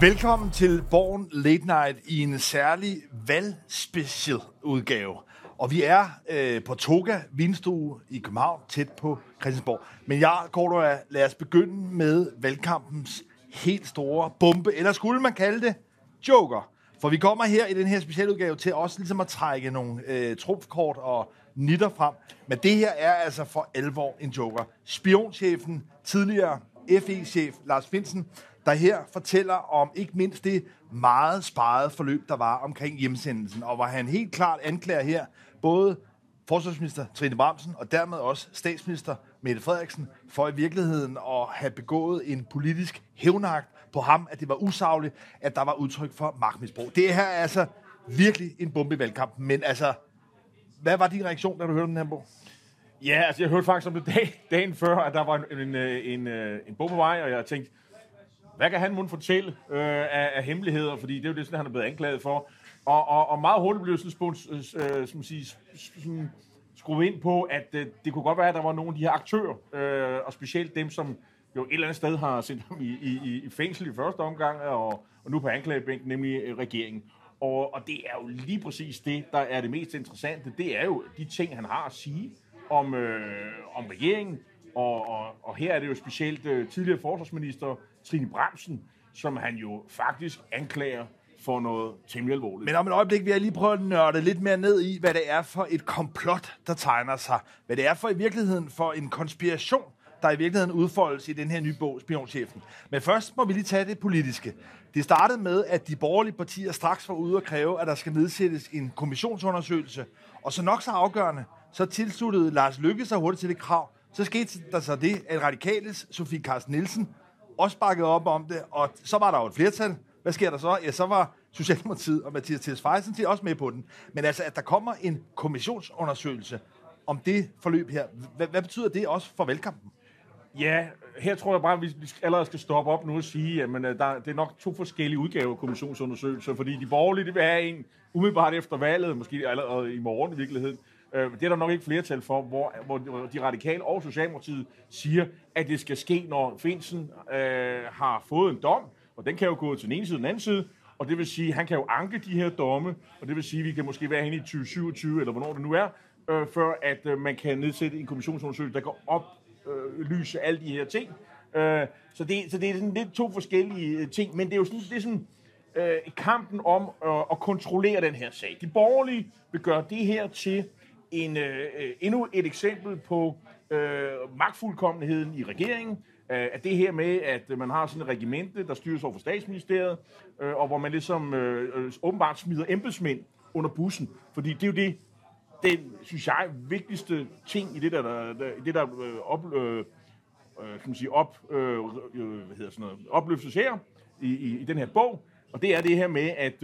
Velkommen til Borgen Late Night i en særlig valgspecial udgave. Og vi er på Toga Vinstue i København, tæt på Christiansborg. Men Cordua, lad os begynde med valgkampens helt store bombe, eller skulle man kalde det joker. For vi kommer her i den her specialudgave til også ligesom at trække nogle trumfkort og nitter frem. Men det her er altså for alvor en joker. Spionchefen, tidligere FE-chef Lars Findsen, der her fortæller om ikke mindst det meget sparede forløb, der var omkring hjemsendelsen, og hvor han helt klart anklager her både forsvarsminister Trine Bramsen og dermed også statsminister Mette Frederiksen for i virkeligheden at have begået en politisk hævnagt på ham, at det var usagligt, at der var udtryk for magtmisbrug. Det her er altså virkelig en bombe i valgkampen, men altså, hvad var din reaktion, da du hørte den her bog? Ja, altså jeg hørte faktisk om det dagen før, at der var en bog på vej, og jeg tænkte, hvad kan han måske fortælle af hemmeligheder, fordi det er jo det, sådan, han er blevet anklaget for. Og meget hurtigt blev sådan skruet ind på, at det kunne godt være, at der var nogle af de her aktører, og specielt dem, som jo et eller andet sted har sendt ham i fængsel i første omgang, og nu på anklagebænken, nemlig regeringen. Og det er jo lige præcis det, der er det mest interessante. Det er jo de ting, han har at sige om regeringen. Og her er det jo specielt tidligere forsvarsminister Trine Bramsen, som han jo faktisk anklager for noget temmelig alvorligt. Men om et øjeblik vil jeg lige prøve at nørde lidt mere ned i, hvad det er for et komplot, der tegner sig. Hvad det er for i virkeligheden for en konspiration, der i virkeligheden udfoldes i den her nye bog, Spionchefen. Men først må vi lige tage det politiske. Det startede med, at de borgerlige partier straks var ude og kræve, at der skal nedsættes en kommissionsundersøgelse. Og så nok så afgørende, så tilsluttede Lars Løkke sig hurtigt til det krav. Så skete der så det, at Radikales Sofie Carsten Nielsen også bakkede op om det, og så var der jo et flertal. Hvad sker der så? Ja, så var Socialdemokratiet og Mathias Tesfaye sådan set også med på den. Men altså, at der kommer en kommissionsundersøgelse om det forløb her, hvad betyder det også for valgkampen? Ja, her tror jeg bare, at vi allerede skal stoppe op nu og sige, at det er nok to forskellige udgaver af kommissionsundersøgelser, fordi de borgerlige, det vil have en umiddelbart efter valget, måske allerede i morgen i virkeligheden. Det er der nok ikke flertal for, hvor de radikale og Socialdemokratiet siger, at det skal ske, når Findsen har fået en dom, og den kan jo gå til den ene side og den anden side, og det vil sige, at han kan jo anke de her domme, og det vil sige, at vi kan måske være henne i 2027, eller hvornår det nu er, før at man kan nedsætte en kommissionsundersøgelse, der kan oplyse alle de her ting. Så det er sådan lidt to forskellige ting, men det er jo sådan, kampen om at kontrollere den her sag. De borgerlige vil gøre det her til endnu et eksempel på magtfuldkommenheden i regeringen. At det her med, at man har sådan et regimente, der styres over for statsministeriet, og hvor man ligesom åbenbart smider embedsmænd under bussen. Fordi det er jo den, synes jeg, vigtigste ting i det der opløftes her i den her bog. Og det er det her med, at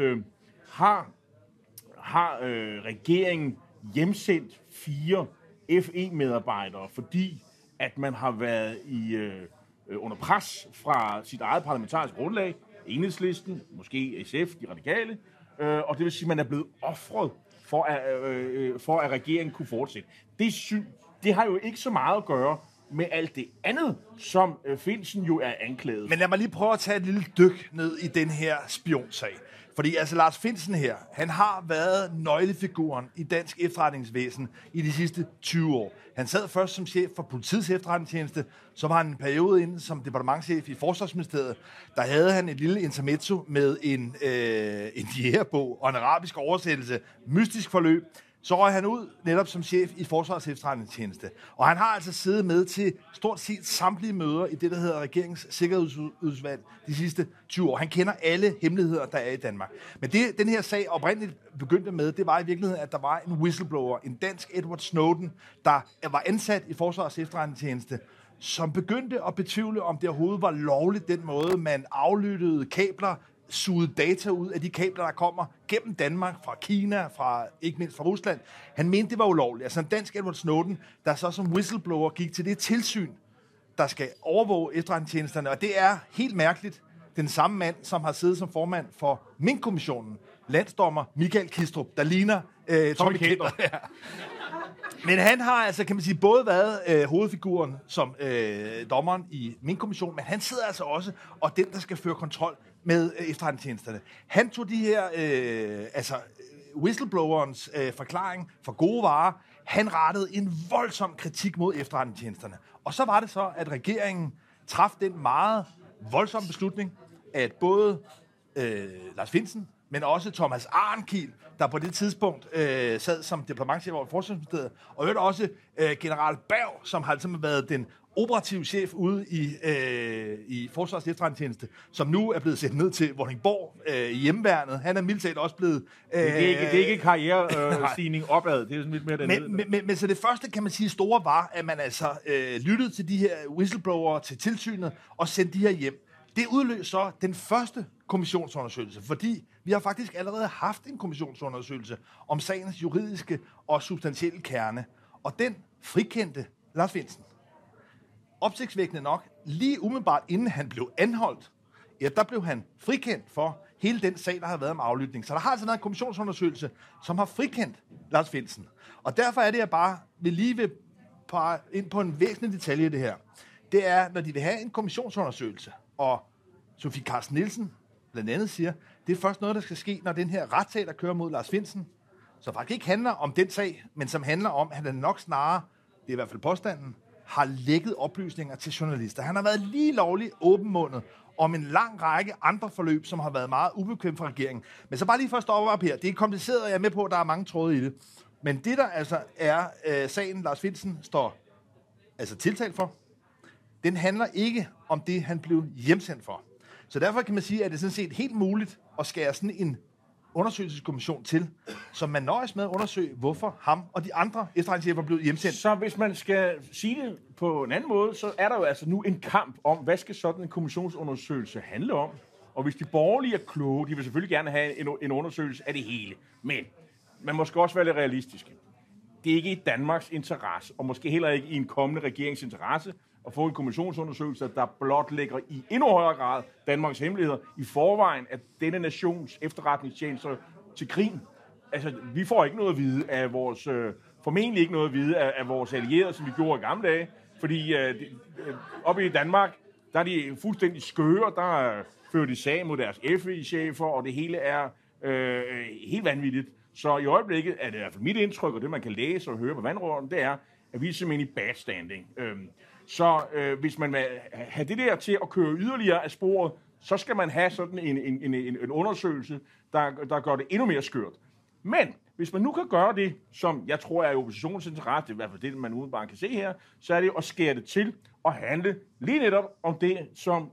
har regeringen hjemsendt 4 FE-medarbejdere, fordi at man har været under pres fra sit eget parlamentariske grundlag, Enhedslisten, måske SF, de radikale, og det vil sige, at man er blevet ofret for at regeringen kunne fortsætte. Det har jo ikke så meget at gøre med alt det andet, som Findsen jo er anklaget. Men lad mig lige prøve at tage et lille dyk ned i den her spionsag. Fordi altså Lars Findsen her, han har været nøglefiguren i dansk efterretningsvæsen i de sidste 20 år. Han sad først som chef for politiets efterretningstjeneste, så var han en periode inde som departementschef i Forsvarsministeriet. Der havde han et lille intermezzo med en jægerbog og en arabisk oversættelse, mystisk forløb. Så røg han ud netop som chef i Forsvarets efterretningstjeneste. Og han har altså siddet med til stort set samtlige møder i det, der hedder Regeringens Sikkerhedsudvalg de sidste 20 år. Han kender alle hemmeligheder, der er i Danmark. Men det, den her sag oprindeligt begyndte med, det var i virkeligheden, at der var en whistleblower, en dansk Edward Snowden, der var ansat i Forsvarets efterretningstjeneste, som begyndte at betvivle, om det overhovedet var lovligt den måde, man aflyttede kabler, sugede data ud af de kabler, der kommer gennem Danmark, fra Kina, fra ikke mindst fra Rusland. Han mente, det var ulovligt. Altså en dansk Edward Snowden, der så som whistleblower gik til det tilsyn, der skal overvåge efterretningstjenesterne. Og det er helt mærkeligt. Den samme mand, som har siddet som formand for Mink-kommissionen, landsdommer Michael Kistrup, der ligner Tommy Kenter. Ja. Men han har altså, kan man sige, både været hovedfiguren som dommeren i Mink-kommissionen, men han sidder altså også, og den, der skal føre kontrol med efterretningstjenesterne. Han tog de her, whistleblowerens forklaring for gode varer. Han rettede en voldsom kritik mod efterretningstjenesterne. Og så var det så, at regeringen traf den meget voldsomme beslutning, at både Lars Findsen, men også Thomas Arnkiel, der på det tidspunkt sad som departementschef over Forsvarsministeriet, og hørte også general Berg, som har altså været den operative chef ude i Forsvars Efterretningstjeneste, som nu er blevet sendt ned til Vordingborg i hjemmeværnet. Han er mildt set også blevet... det er ikke karrierestigning opad, det er sådan lidt mere dernede. Men så det første, kan man sige, store var, at man altså lyttede til de her whistleblowere, til tilsynet, og sendte de her hjem. Det udløste så den første kommissionsundersøgelse, fordi vi har faktisk allerede haft en kommissionsundersøgelse om sagens juridiske og substantielle kerne, og den frikendte Lars Findsen. Opsigtsvækkende nok, lige umiddelbart inden han blev anholdt, ja, der blev han frikendt for hele den sag, der har været om aflytning. Så der har altså været en kommissionsundersøgelse, som har frikendt Lars Findsen. Og derfor er det, jeg bare vil pege ind på en væsentlig detalje i det her. Det er, når de vil have en kommissionsundersøgelse, og Sofie Carsten Nielsen blandt andet siger, det er først noget, der skal ske, når den her retssag, der kører mod Lars Findsen, som faktisk ikke handler om den sag, men som handler om, at han nok snarere, det er i hvert fald påstanden, har lækket oplysninger til journalister. Han har været lige lovligt åbenmundet om en lang række andre forløb, som har været meget ubekvemt for regeringen. Men så bare lige for at stoppe op her. Det er kompliceret, og jeg er med på, at der er mange tråde i det. Men det, der altså er sagen, Lars Findsen står altså tiltalt for, den handler ikke om det, han blev hjemsendt for. Så derfor kan man sige, at det er sådan set helt muligt at skære sådan en undersøgelseskommission til, som man nøjes med at undersøge, hvorfor ham og de andre efterretningschefer blev hjemsendt. Så hvis man skal sige det på en anden måde, så er der jo altså nu en kamp om, hvad skal sådan en kommissionsundersøgelse handle om? Og hvis de borgerlige er kloge, de vil selvfølgelig gerne have en undersøgelse af det hele. Men man må også være lidt realistiske. Det er ikke i Danmarks interesse, og måske heller ikke i en kommende regerings interesse, at få en kommissionsundersøgelse, der blot lægger i endnu højere grad Danmarks hemmeligheder i forvejen af denne nations efterretningstjenester til krigen. Altså, vi får ikke noget at vide af vores, formentlig ikke noget at vide af vores allierede, som vi gjorde i gamle dage, fordi oppe i Danmark, der er de fuldstændig skøre, der fører de sag mod deres FE-chefer, og det hele er helt vanvittigt. Så i øjeblikket er det i hvert fald mit indtryk, og det man kan læse og høre på vandråden, det er, at vi er simpelthen i bad standing. Så hvis man vil have det der til at køre yderligere af sporet, så skal man have sådan en undersøgelse, der gør det endnu mere skørt. Men hvis man nu kan gøre det, som jeg tror er i oppositionens interesse, det er i hvert fald det, man udenbart kan se her, så er det at skære det til og handle lige netop om det, som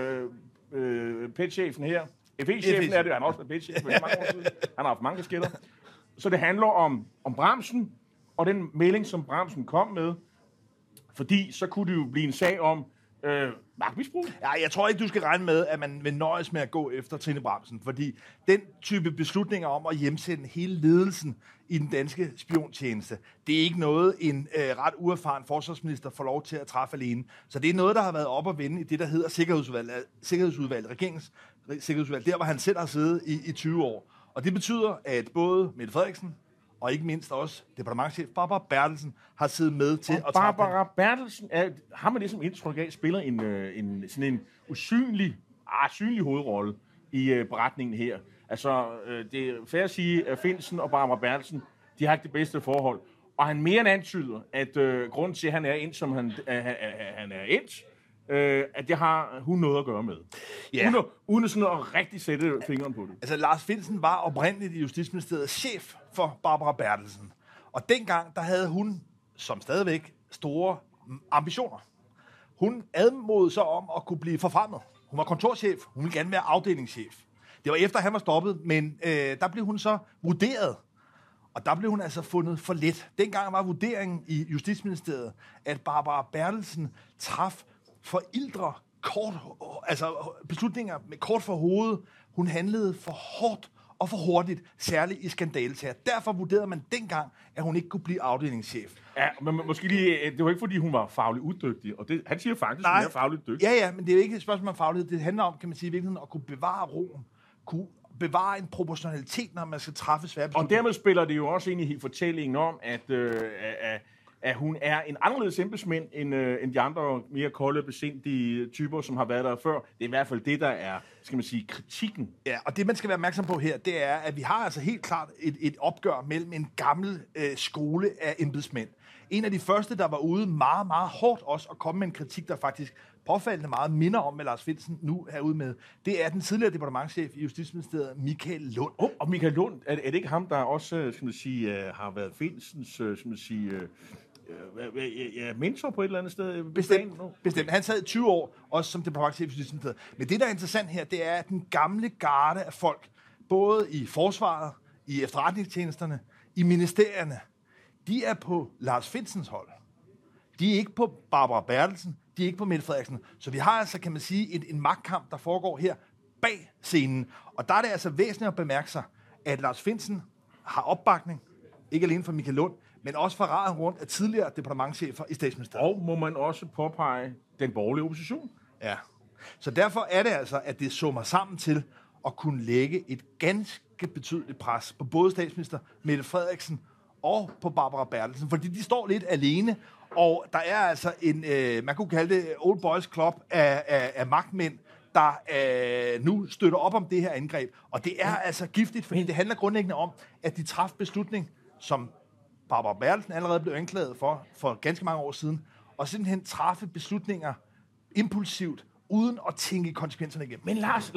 PET-chefen her, FE-chefen er det, han har også været PET-chef for mange år siden, han har haft mange kasketter. Så det handler om Bramsen, og den melding, som Bramsen kom med, fordi så kunne det jo blive en sag om magtmisbrug. Ja, jeg tror ikke, du skal regne med, at man vil nøjes med at gå efter Trine Bramsen, fordi den type beslutninger om at hjemsende hele ledelsen i den danske spiontjeneste, det er ikke noget, en ret uerfaren forsvarsminister får lov til at træffe alene. Så det er noget, der har været op at vende i det, der hedder Sikkerhedsudvalget, regeringens Sikkerhedsudvalg, der hvor han selv har siddet i 20 år. Og det betyder, at både Mette Frederiksen og ikke mindst også departementschef Barbara Bertelsen har siddet med til at træffe. Barbara Bertelsen, har man det som indtryk af, spiller sådan en usynlig hovedrolle i beretningen her. Altså, det er fair at sige, at Findsen og Barbara Bertelsen, de har ikke det bedste forhold. Og han mere end antyder, at grunden til, at han er ind, som han er endt, at det har hun noget at gøre med. Yeah. Uden sådan at rigtig sætte fingeren på det. Altså, Lars Findsen var oprindeligt i Justitsministeriet chef for Barbara Bertelsen. Og dengang, der havde hun, som stadigvæk, store ambitioner. Hun admodede så om at kunne blive forfremmet. Hun var kontorchef, hun ville gerne være afdelingschef. Det var efter, han var stoppet, men der blev hun så vurderet. Og der blev hun altså fundet for let. Dengang var vurderingen i Justitsministeriet, at Barbara Bertelsen traf forældre beslutninger med kort for hovedet. Hun handlede for hårdt og for hurtigt, særligt i skandalesager. Derfor vurderede man dengang, at hun ikke kunne blive afdelingschef. Ja, men måske lige, det var ikke fordi, hun var fagligt udygtig, og han siger faktisk, at hun er fagligt dygtig. Ja, men det er jo ikke et spørgsmål om faglighed. Det handler om, kan man sige, i virkeligheden, at kunne bevare roen, kunne bevare en proportionalitet, når man skal træffe svære beslutninger. Og dermed spiller det jo også ind i fortællingen om, at hun er en anderledes embedsmænd end de andre mere kolde, besindige typer, som har været der før. Det er i hvert fald det, der er skal man sige, kritikken. Ja, og det man skal være opmærksom på her, det er, at vi har altså helt klart et opgør mellem en gammel skole af embedsmænd. En af de første, der var ude meget, meget hårdt også at komme med en kritik, der faktisk påfaldende meget minder om, hvad Lars Findsen nu er ude med, det er den tidligere departementschef i Justitsministeriet, Michael Lund. Og Michael Lund, er det ikke ham, der også, skal man sige, har været Findsens, skal man sige, mentor på et eller andet sted? Bestemt. Han sad i 20 år, også som departementschef i Justitsministeriet. Men det, der er interessant her, det er, at den gamle garde af folk, både i forsvaret, i efterretningstjenesterne, i ministerierne, de er på Lars Findsens hold. De er ikke på Barbara Bertelsen, de er ikke på Mette Frederiksen. Så vi har altså, kan man sige, en magtkamp, der foregår her bag scenen. Og der er det altså væsentligt at bemærke sig, at Lars Findsen har opbakning, ikke alene fra Michael Lund, men også fra raden rundt af tidligere departementschefer i Statsministeriet. Og må man også påpege den borgerlige opposition. Ja. Så derfor er det altså, at det summer sammen til at kunne lægge et ganske betydeligt pres på både statsminister Mette Frederiksen og på Barbara Bertelsen, fordi de står lidt alene, og der er altså en, man kunne kalde det Old Boys Club af magtmænd, der nu støtter op om det her angreb. Og det er altså giftigt, fordi det handler grundlæggende om, at de træffede beslutning, som Barbara Bertelsen allerede blev anklaget for ganske mange år siden, og simpelthen træffe beslutninger impulsivt, uden at tænke konsekvenserne igennem. Men Lars,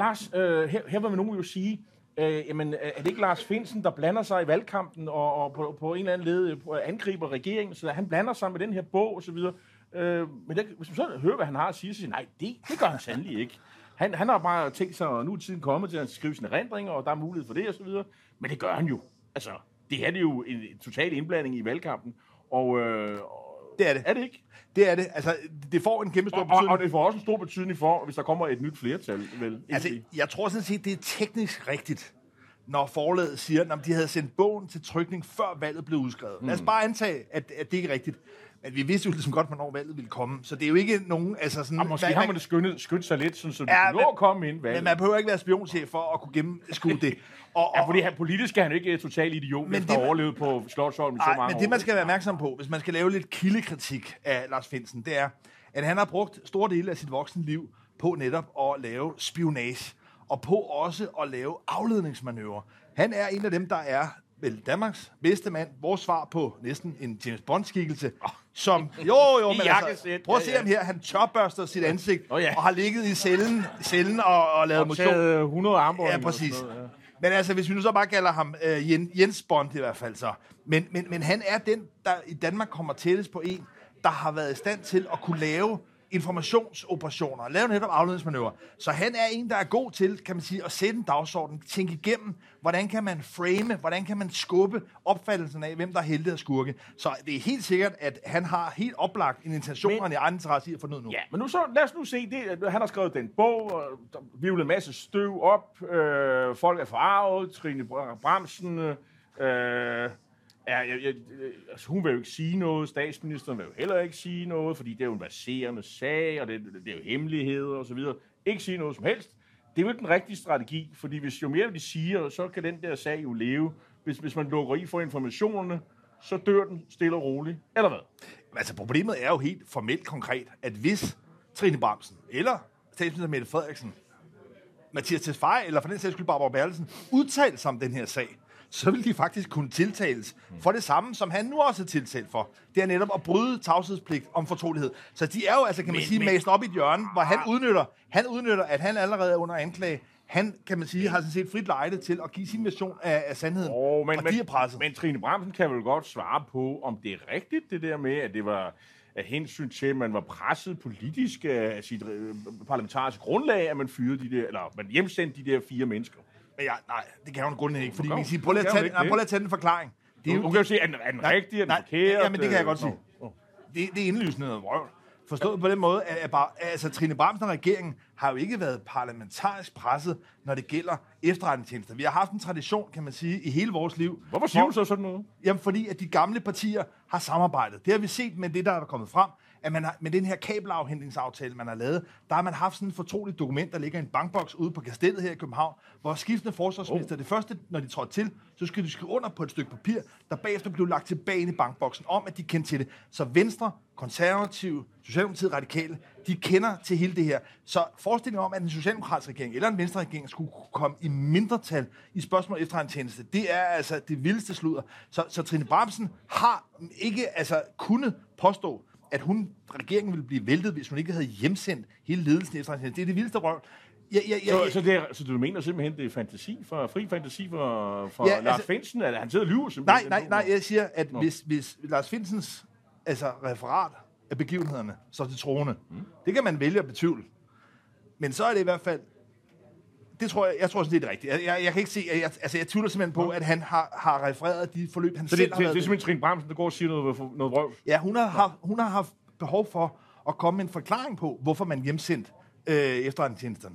her vil man nogen jo sige, jamen, er det ikke Lars Findsen, der blander sig i valgkampen og på en eller anden led angriber regeringen, så han blander sig med den her bog og så videre. Men hvis man så hører, hvad han har at sige, så siger nej, det gør han sandelig ikke. Han har bare tænkt sig, og nu er tiden kommet til at skrive sine erindringer, og der er mulighed for det og så videre. Men det gør han jo. Altså, det her det er jo en total indblanding i valgkampen, og det er det. Er det ikke? Det er det. Altså, det får en kæmpe stor betydning. Og det får også en stor betydning for, hvis der kommer et nyt flertal, vel? Altså, jeg tror sådan set, det er teknisk rigtigt, når forlaget siger, at de havde sendt bogen til trykning, før valget blev udskrevet. Lad os bare antage, at det ikke er rigtigt. Men vi vidste jo ligesom godt, hvornår valget ville komme. Så det er jo ikke nogen... Altså sådan, måske har man det skyndt sig lidt, sådan, så det kan nå at komme ind valget. Men man behøver ikke være spionchef for at kunne gennemskue det. Fordi politisk er han jo ikke total idiot, efter at overleve på Slotsholm i så mange år. Men det, man skal være opmærksom på, hvis man skal lave lidt kildekritik af Lars Findsen, det er, at han har brugt store dele af sit voksenliv på netop at lave spionage, og på også at lave afledningsmanøvrer. Han er en af dem, der er vel Danmarks bedste mand, vores svar på næsten en James Bond-skikkelse, som, men altså, prøv at se ham her, han tørbørster sit ansigt, og har ligget i cellen og lavet motion. Og 100 armbånd. Ja, præcis. Men altså, hvis vi nu så bare kalder ham Jens Bond i hvert fald så. Men han er den, der i Danmark kommer tættest på en, der har været i stand til at kunne lave informationsoperationer, lave netop afledningsmanøvrer. Så han er en, der er god til, kan man sige, at sætte en dagsorden, tænke igennem, hvordan kan man frame, hvordan kan man skubbe opfattelsen af, hvem der er helte og skurke. Så det er helt sikkert, at han har helt oplagt en intention og en egen interesse i at få noget nu. Ja, men lad os nu se det. Han har skrevet den bog, og der vivlet en masse støv op, folk er forarvet, Trine Bramsen, hun vil jo ikke sige noget, statsministeren vil jo heller ikke sige noget, fordi det er jo en verserende sag, og det er jo hemmeligheder og så videre. Ikke sige noget som helst. Det er jo den rigtige strategi, fordi hvis jo mere de siger, så kan den der sag jo leve. Hvis man lukker i for informationerne, så dør den stille og roligt, eller hvad? Altså problemet er jo helt formelt konkret, at hvis Trine Bramsen eller statsminister Mette Frederiksen, Mathias Tesfaye eller for den sags skyld Barbara Bertelsen udtalte sig om den her sag, så vil de faktisk kunne tiltales for det samme, som han nu også er tiltalt for. Det er netop at bryde tavshedspligt om fortrolighed. Så de er jo altså, kan man sige, mast op i et hjørne, hvor han udnytter, at han allerede er under anklage. Han, kan man sige, har sådan set frit lejde til at give sin version af sandheden, og de er presset. Men Trine Bramsen kan vel godt svare på, om det er rigtigt, det der med, at det var af hensyn til, at man var presset politisk af sit parlamentariske grundlag, at man fyrede de der, eller man hjemsendte de der 4 mennesker. Nej, det kan hun grundlæggende ikke, fordi man kan sige, prøv lige at tage den forklaring. Du kan jo sige, er den rigtig, er den forkert? Ja, men det kan jeg godt sige. Det er indlysende noget vrøvl. Forstået på den måde, at Trine Bramsen og regeringen har jo ikke været parlamentarisk presset, når det gælder efterretningstjenester. Vi har haft en tradition, kan man sige, i hele vores liv. Hvorfor siger du så sådan noget? Jamen, fordi at de gamle partier har samarbejdet. Det har vi set med det, der er kommet frem, at man har, med den her kabelafhentningsaftale, man har lavet, der har man haft sådan et fortroligt dokument, der ligger i en bankboks ude på Kastellet her i København, hvor skiftende forsvarsminister, det første, når de trådte til, så skulle de skrive under på et stykke papir, der bagefter blev lagt tilbage i bankboksen, om at de kendte til det. Så Venstre, Konservative, Socialdemokratiet, Radikale, De kender til hele det her. Så forestillingen om, at en socialdemokratisk regering eller en venstre regering skulle komme i mindretal i spørgsmål efter en tjeneste, det er altså det vildeste sludder. Så Trine Bramsen har ikke kunnet påstå, at regeringen ville blive væltet, hvis hun ikke havde hjemsendt hele ledelsen efter en tjeneste. Det er det vildeste røv. Så du mener simpelthen, det er fri fantasi for Lars Findsen, at han sidder og lyver simpelthen? Nej, jeg siger, at hvis Lars Findsens referat af begivenhederne så til troende, det kan man vælge at betvivle. Men så er det i hvert fald, jeg tror sådan, det er rigtigt. Jeg kan ikke se, jeg tvivler simpelthen på, at han har refereret de forløb, han selv har været. Det er simpelthen Trine Bramsen, der går og siger noget vrøv? Ja, hun har haft behov for at komme med en forklaring på, hvorfor man hjemsendt efterretningstjenesterne.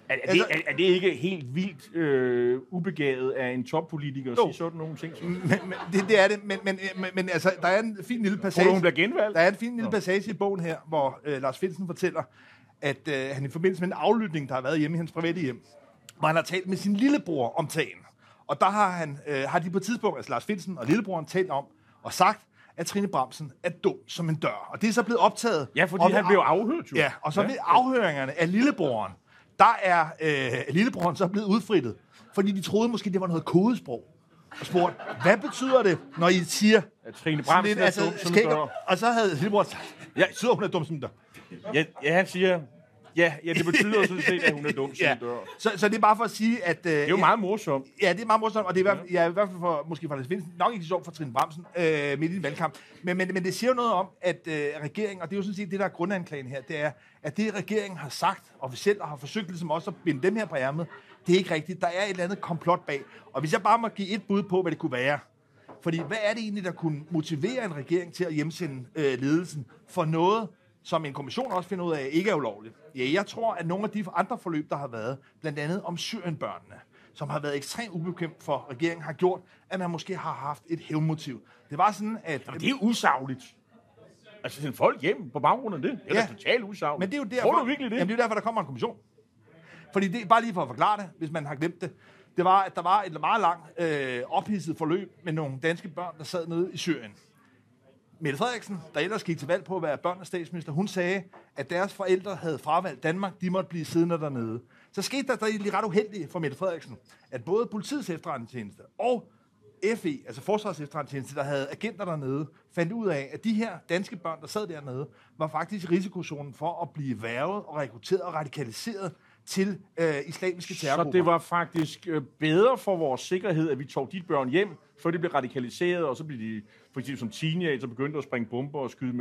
Er det ikke helt vildt ubegavet af en toppolitiker at sige sådan nogle ting? Det er det, men altså, der er en fin lille passage. Tror du, hun bliver genvalgt? Der er en fin lille passage i bogen her, hvor Lars Findsen fortæller, at han i forbindelse med en aflytning, der har været hjemme i hans private hjem, hvor han har talt med sin lillebror om sagen. Og der har de på et tidspunkt, altså Lars Findsen og lillebroren, talt om og sagt, at Trine Bramsen er dum som en dør. Og det er så blevet optaget. Ja, fordi han blev afhørt jo. Ja, og så ved afhøringerne af lillebroren, der er lillebroren så blevet udfrittet, fordi de troede måske, det var noget kodesprog. Og spurgte, hvad betyder det, når I siger... At Trine Bramsen er dum som en dør. Og så havde lillebroren sagt, betyder hun er dum som en dør. Ja, han siger... Ja, det betyder sådan set, at hun er dum som en dør. Så det er bare for at sige, at... det er jo meget morsomt. Ja, det er meget morsomt, og det er i hvert fald for, måske for Lars Findsen, nok ikke sjovt for Trine Bramsen midt i en valgkamp. Men det siger jo noget om, at regeringen, og det er jo sådan set det, der er grundanklagen her, det er, at det regeringen har sagt officielt, og har forsøgt ligesom også at binde dem her på ærmet, det er ikke rigtigt. Der er et eller andet komplot bag. Og hvis jeg bare må give et bud på, hvad det kunne være, fordi hvad er det egentlig, der kunne motivere en regering til at hjemsende ledelsen for noget, som en kommission også finder ud af, ikke er ulovligt? Ja, jeg tror, at nogle af de andre forløb, der har været, blandt andet om Syrienbørnene, som har været ekstremt ubekvemt for regeringen, har gjort, at man måske har haft et hævnmotiv. Det var sådan, at... Jamen, det er usagligt. Altså, sende folk hjem på baggrund af det. Det er da totalt usagligt. Men det er jo derfor, tror du virkelig det? Jamen, det er jo derfor, der kommer en kommission. Fordi det er bare lige for at forklare det, hvis man har glemt det. Det var, at der var et meget langt ophidset forløb med nogle danske børn, der sad nede i Syrien. Mette Frederiksen, der ellers gik til valg på at være børnenes statsminister, hun sagde, at deres forældre havde fravalgt Danmark, de måtte blive siddende dernede. Så skete der egentlig ret uheldigt for Mette Frederiksen, at både politiets efterretningstjeneste og FE, altså Forsvarets efterretningstjeneste, der havde agenter dernede, fandt ud af, at de her danske børn, der sad dernede, var faktisk i risikozonen for at blive hvervet og rekrutteret og radikaliseret til islamiske terrorgrupper. Så det var faktisk bedre for vores sikkerhed, at vi tog de børn hjem, før de blev radikaliseret, og så blev de, for eksempel som teenager, begyndte at springe bomber og skyde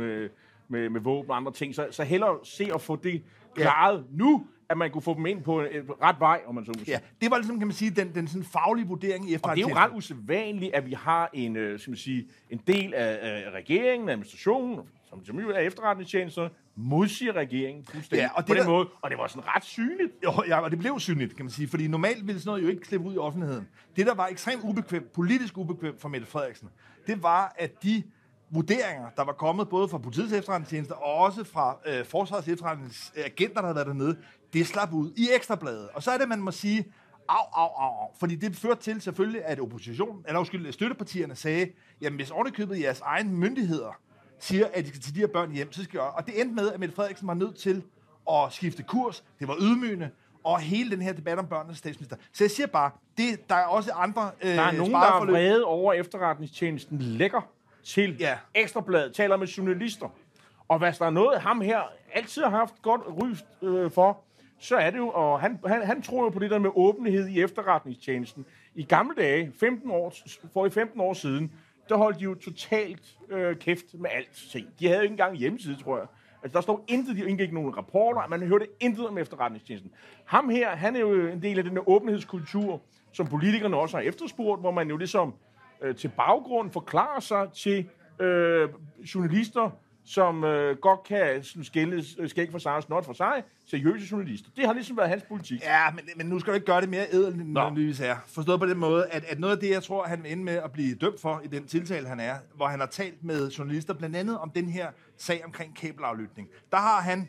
med våben og andre ting. Så hellere se at få det klaret nu, at man kunne få dem ind på en ret vej, om man så må sige. Ja, det var ligesom, kan man sige, den sådan faglige vurdering i efterretningstjenesten. Og det er jo ret usædvanligt, at vi har en del af regeringen, administrationen, som jo er efterretningstjenester, modsiger regeringen fuldstændig på den måde. Og det var sådan ret synligt. Ja, og det blev synligt, kan man sige, fordi normalt ville sådan noget jo ikke slippe ud i offentligheden. Det, der var ekstremt ubekvemt, politisk ubekvemt for Mette Frederiksen, det var, at de vurderinger, der var kommet både fra politiets efterretningstjenester og også fra forsvarets efterretningsagenter, der havde været dernede, det slap ud i Ekstrabladet. Og så er det, man må sige, au. Fordi det førte til selvfølgelig, at støttepartierne sagde, jamen hvis ordentligt jeres egne myndigheder siger, at de skal tage de her børn hjem, så skal jeg. Og det endte med, at Mette Frederiksen var nødt til at skifte kurs. Det var ydmygende. Og hele den her debat om børnenes statsminister. Så jeg siger bare, der er også andre der er nogen, der er vrede over efterretningstjenesten lækker til Ekstrabladet, taler med journalister. Og hvis der er noget, ham her altid har haft godt ry for, så er det jo, og han tror jo på det der med åbenhed i efterretningstjenesten. I gamle dage, 15 år siden, der holdt de jo totalt kæft med alt. De havde ikke engang hjemmeside, tror jeg. Altså, der stod intet, de indgik nogen rapporter, man hørte intet om efterretningstjenesten. Ham her, han er jo en del af den der åbenhedskultur, som politikerne også har efterspurgt, hvor man jo ligesom til baggrund forklarer sig til journalister, som godt kan skægge for sig og snot for sig, seriøse journalister. Det har ligesom været hans politik. Ja, men nu skal du ikke gøre det mere ædelt, end nødvendigvis er. Forstået på den måde, at noget af det, jeg tror, han vil ende med at blive dømt for i den tiltale, han er, hvor han har talt med journalister, blandt andet om den her sag omkring kabelaflytning. Der har han,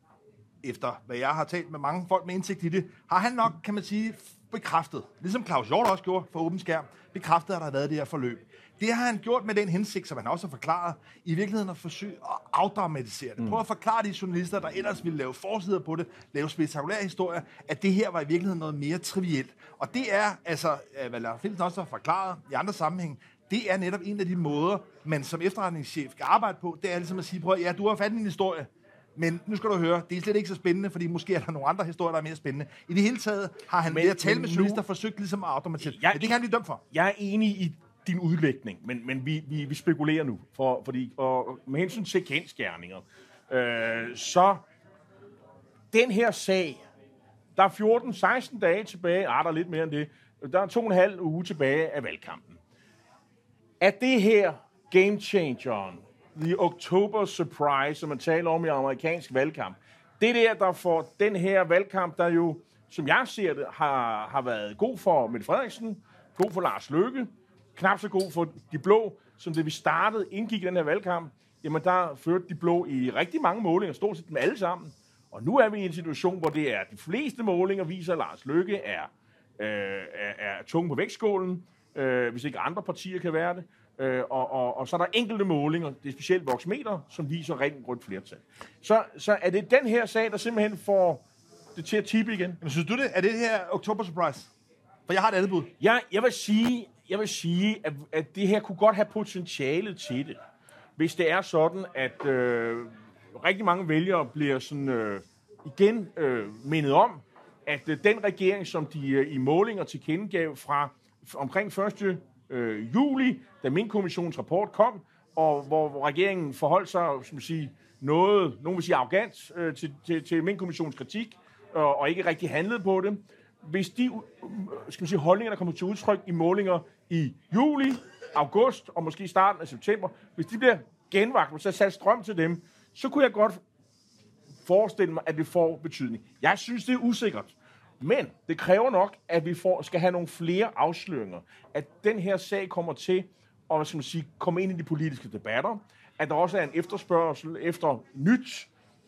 efter hvad jeg har talt med mange folk med indsigt i det, har han nok, kan man sige, bekræftet, ligesom Claus Hjort også gjorde for Åben Skærm, bekræftet, at der har været det her forløb. Det har han gjort med den hensigt, som han også har forklaret, i virkeligheden at forsøge at afdramatisere det. Prøv at forklare de journalister, der ellers ville lave forsider på det, lave spektakulære historier, at det her var i virkeligheden noget mere trivielt. Og det er, altså, hvad Lars Findsen også har forklaret i andre sammenhæng, det er netop en af de måder, man som efterretningschef skal arbejde på. Det er ligesom at sige, prøv, ja, du har fat i en historie, men nu skal du høre, det er slet ikke så spændende, fordi måske er der nogle andre historier, der er mere spændende. I det hele taget har han ved at tale med journalister forsøgt ligesom at automatisere. Ja, det kan han blive dømt for. Jeg er enig i din udlægning, men vi spekulerer nu, fordi og med hensyn til kendsgerninger, så den her sag, der er 14-16 dage tilbage, der er lidt mere end det, der er 2,5 uge tilbage af valgkampen. Er det her game changeren, the October surprise, som man taler om i amerikansk valgkamp, det der får den her valgkamp, der jo, som jeg ser det, har været god for Mette Frederiksen, god for Lars Løkke, knap så god for de blå, som det vi startede, indgik i den her valgkamp, jamen der førte de blå i rigtig mange målinger, stort set dem alle sammen. Og nu er vi i en situation, hvor det er de fleste målinger viser, at Lars Løkke er tung på vægtskålen, hvis ikke andre partier kan være det. Og så er der enkelte målinger, det er specielt Voxmeter, som viser rent rødt flertal. Så er det den her sag, der simpelthen får det til at tippe igen? Men synes du det? Er det her October surprise? For jeg har et andet bud. Jeg vil sige, at det her kunne godt have potentialet til det, hvis det er sådan, at rigtig mange vælgere bliver sådan igen mindet om, at den regering, som de i målinger tilkendegav fra omkring 1. Juli, da Mink-kommissionens rapport kom, og hvor regeringen forholdt sig, som man siger, nogen vil sige arrogant til Mink-kommissionens kritik, og ikke rigtig handlede på det. Hvis de holdninger, der kommer til udtryk i målinger i juli, august og måske starten af september, hvis de bliver genvagt, og så sat strøm til dem, så kunne jeg godt forestille mig, at det får betydning. Jeg synes, det er usikkert. Men det kræver nok, at vi skal have nogle flere afsløringer. At den her sag kommer til at komme ind i de politiske debatter. At der også er en efterspørgsel efter nyt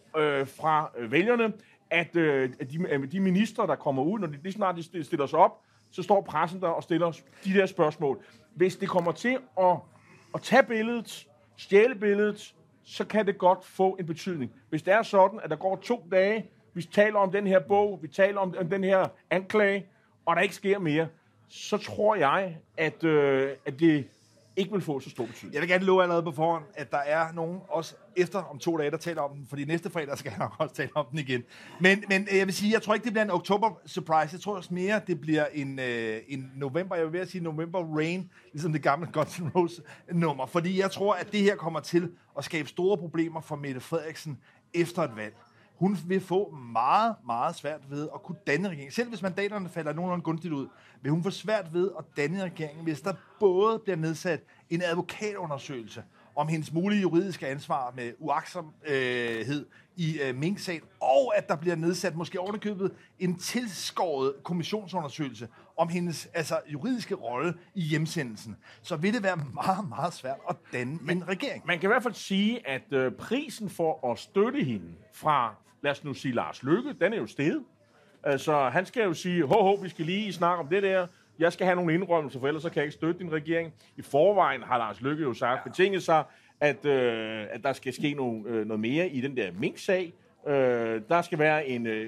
fra vælgerne. At de ministre, der kommer ud, når de snart stiller sig op, så står pressen der og stiller de der spørgsmål. Hvis det kommer til at tage billedet, stjæle billedet, så kan det godt få en betydning. Hvis det er sådan, at der går 2 dage, vi taler om den her bog, vi taler om den her anklage, og der ikke sker mere, så tror jeg, at det ikke vil få så stor betydning. Jeg vil gerne love allerede på forhånd, at der er nogen, også efter om 2 dage, der taler om den, fordi næste fredag skal jeg nok også tale om den igen. Men jeg vil sige, jeg tror ikke, det bliver en October surprise. Jeg tror også mere, det bliver en november, jeg vil ved at sige November Rain, ligesom det gamle Guns N' Roses nummer. Fordi jeg tror, at det her kommer til at skabe store problemer for Mette Frederiksen efter et valg. Hun vil få meget, meget svært ved at kunne danne regering. Selv hvis mandaterne falder nogenlunde gunstigt ud, vil hun få svært ved at danne regeringen, hvis der både bliver nedsat en advokatundersøgelse om hendes mulige juridiske ansvar med uagtsomhed i Mink-sagen, og at der bliver nedsat måske ovenikøbet en tilskåret kommissionsundersøgelse om hendes juridiske rolle i hjemsendelsen. Så vil det være meget, meget svært at danne en regering. Man kan i hvert fald sige, at prisen for at støtte hende fra, lad os nu sige Lars Løkke, den er jo steget. Altså, han skal jo sige, vi skal lige snakke om det der. Jeg skal have nogle indrømmelser, for ellers så kan jeg ikke støtte din regering. I forvejen har Lars Løkke jo sagt, betinget sig, at der skal ske noget mere i den der Mink-sag. Der skal være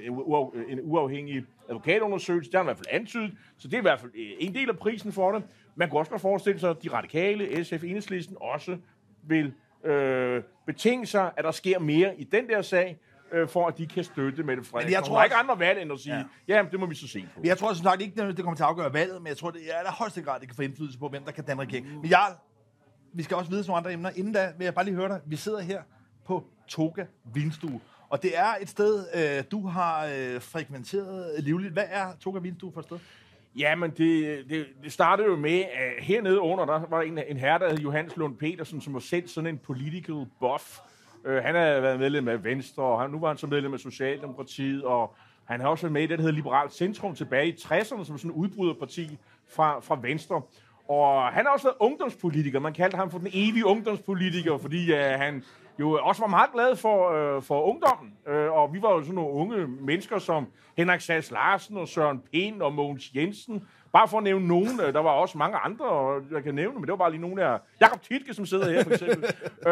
en uafhængig advokatundersøgelse. Det har han i hvert fald antydet. Så det er i hvert fald en del af prisen for det. Man kan også godt forestille sig, at de radikale, SF, Enhedslisten også vil betinge sig, at der sker mere i den der sag, for at de kan støtte Mette Frederiksen. Jeg tror ikke andre valg end at sige, ja, det må vi så se på. Men jeg tror som sagt ikke, det kommer til at afgøre valget, men jeg tror, det er der højeste grad, det kan få indflydelse på, hvem der kan danne regering. Men Jarl, vi skal også vide nogle andre emner. Inden da vil jeg bare lige høre dig. Vi sidder her på Toga Vinstue, og det er et sted, du har frekventeret livligt. Hvad er Toga Vinstue for et sted? Ja, men det startede jo med, at hernede under, der var en herre, der hed Johannes Lund Petersen, som var selv sådan en political buff. Han har været medlem af Venstre, og nu var han så medlem af Socialdemokratiet, og han har også været med i det, der hedder Liberalt Centrum tilbage i 60'erne, som sådan et udbryderparti fra Venstre. Og han har også været ungdomspolitiker. Man kaldte ham for den evige ungdomspolitiker, fordi han jo også var meget glad for ungdommen. Og vi var jo sådan nogle unge mennesker som Henrik Sass Larsen og Søren Pind og Mogens Jensen. Bare for at nævne nogen. Der var også mange andre, jeg kan nævne, men det var bare lige nogen der. Jakob Titke, som sidder her for eksempel.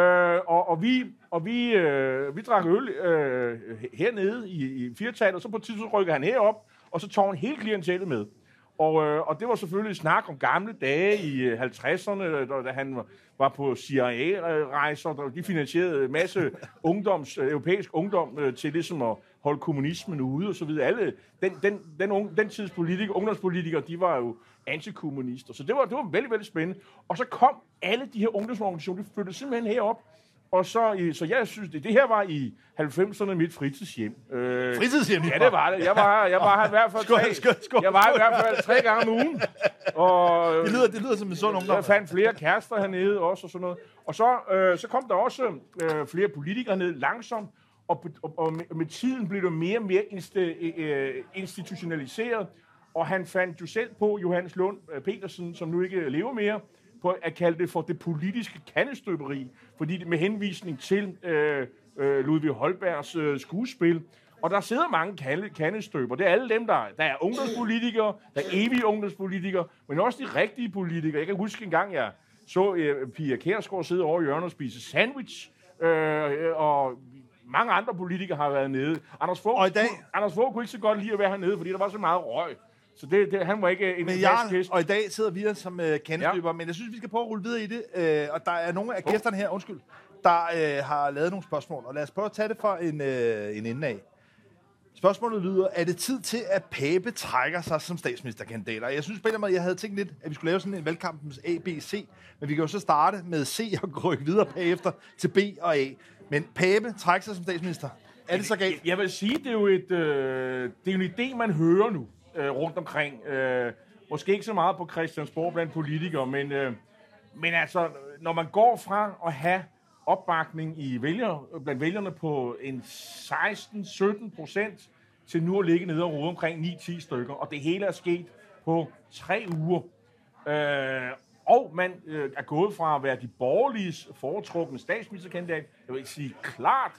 Vi drak øl hernede i firetalet, og så på et tidspunkt rykker han herop, og så tog han hele klientellet med. Og det var selvfølgelig snak om gamle dage i 50'erne, da han var på CIA-rejser. De finansierede en masse europæisk ungdom til ligesom at holde kommunismen ude og så videre. Alle, den tids ungdomspolitikere, de var jo antikommunister. Så det var vældig, vældig spændende. Og så kom alle de her ungdomsorganisationer, de flyttede simpelthen herop. Og så jeg synes, det her var i 90'erne mit fritidshjem. Fritidshjem? Ja, det var det. Jeg var her i hvert fald 3 gange om ugen. Og, det lyder som en sund ungdom. Jeg fandt flere kærester hernede også og sådan noget. Og så kom der også flere politikere ned langsomt. Og med tiden blev det mere og mere institutionaliseret. Og han fandt jo selv på, Johannes Lund Petersen, som nu ikke lever mere, på at kalde det for det politiske kandestøberi, fordi det med henvisning til Ludvig Holbergs skuespil. Og der sidder mange kandestøber. Det er alle dem, der er ungdomspolitikere, der er evige ungdomspolitikere, men også de rigtige politikere. Jeg kan huske en gang, jeg så Pia Kjærsgaard sidde over i hjørnet og spise sandwich, og mange andre politikere har været nede. Anders Fogh kunne ikke så godt lide at være hernede, fordi der var så meget røg. Så han var ikke en fast gæst. Og i dag sidder vi her som kandestøber, men jeg synes, vi skal prøve at rulle videre i det. Og der er nogle af gæsterne her, der har lavet nogle spørgsmål. Og lad os prøve at tage det fra en ende af. Spørgsmålet lyder, er det tid til, at Pape trækker sig som statsministerkandidat? Og jeg synes på en eller anden måde, jeg havde tænkt lidt, at vi skulle lave sådan en valgkampens A, B, C. Men vi kan jo så starte med C og rykke videre bagefter til B og A. Men Pape trækker sig som statsminister. Er det så galt? Jeg vil sige, det er jo en idé, man hører nu rundt omkring. Måske ikke så meget på Christiansborg blandt politikere, men altså, når man går fra at have opbakning blandt vælgerne på en 16-17% til nu at ligge nede og rode omkring 9-10 stykker, og det hele er sket på 3 uger. Og man er gået fra at være de borgerliges foretrukne statsministerkandidat, jeg vil ikke sige klart